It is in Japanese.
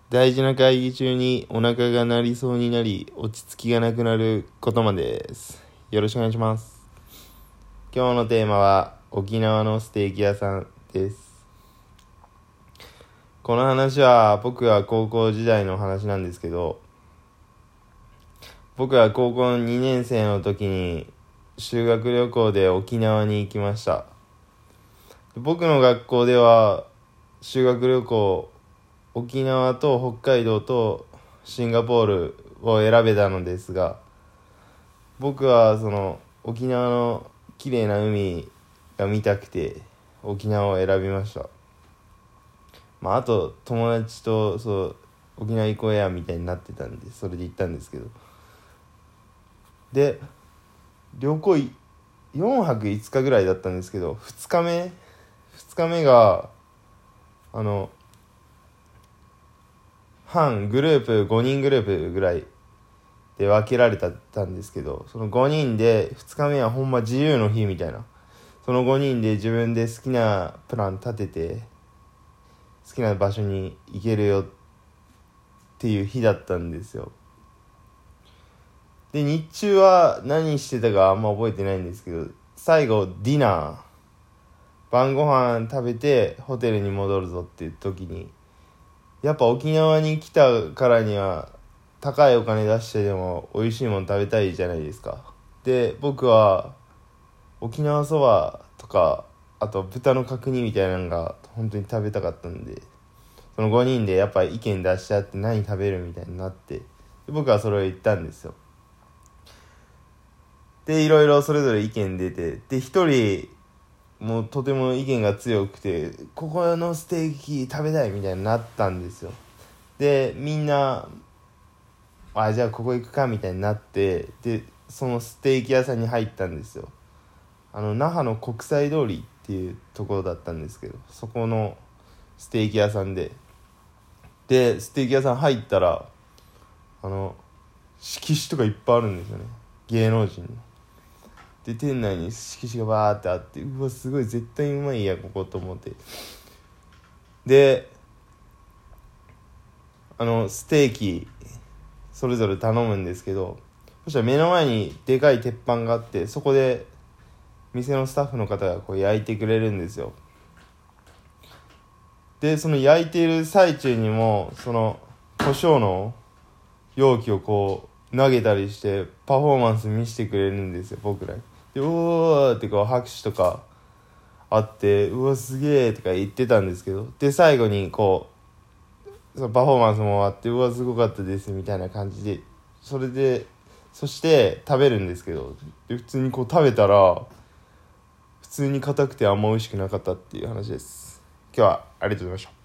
大事な会議中にお腹が鳴りそうになり落ち着きがなくなることまでです。よろしくお願いします。今日のテーマは沖縄のステーキ屋さんです。この話は僕が高校時代の話なんですけど、僕は高校2年生の時に修学旅行で沖縄に行きました。僕の学校では修学旅行沖縄と北海道とシンガポールを選べたのですが、僕はその沖縄の綺麗な海が見たくて沖縄を選びました。あと友達と沖縄行こうやみたいになってたんでそれで行ったんですけど、で旅行4泊5日ぐらいだったんですけど、2日目がグループ5人グループぐらいで分けられたんですけど、その5人で2日目はほんま自由の日みたいな、その5人で自分で好きなプラン立てて好きな場所に行けるよっていう日だったんですよ。で日中は何してたかあんま覚えてないんですけど、最後ディナー晩ご飯食べてホテルに戻るぞっていう時に、やっぱ沖縄に来たからには高いお金出してでも美味しいもの食べたいじゃないですか。で僕は沖縄そばとかあと豚の角煮みたいなのが本当に食べたかったんで、その5人でやっぱ意見出し合って何食べるみたいになって、で僕はそれを言ったんですよ。でいろいろそれぞれ意見出て、で一人もうとても意見が強くてここのステーキ食べたいみたいになったんですよ。でみんなじゃあここ行くかみたいになって、でそのステーキ屋さんに入ったんですよ。那覇の国際通りっていうところだったんですけど、そこのステーキ屋さんでステーキ屋さん入ったら色紙とかいっぱいあるんですよね、芸能人の。で店内に色紙がバーってあって、うわすごい絶対うまいやここと思って、でステーキそれぞれ頼むんですけど、そしたら目の前にでかい鉄板があって、そこで店のスタッフの方がこう焼いてくれるんですよ。でその焼いている最中にもその胡椒の容器をこう投げたりしてパフォーマンス見せてくれるんですよ、僕ら。でおーってこう拍手とかあって、うわすげーとか言ってたんですけど、で最後にこうそのパフォーマンスも終わって、うわすごかったですみたいな感じで、そして食べるんですけど、で普通にこう食べたら普通に硬くてあんま美味しくなかったっていう話です。今日はありがとうございました。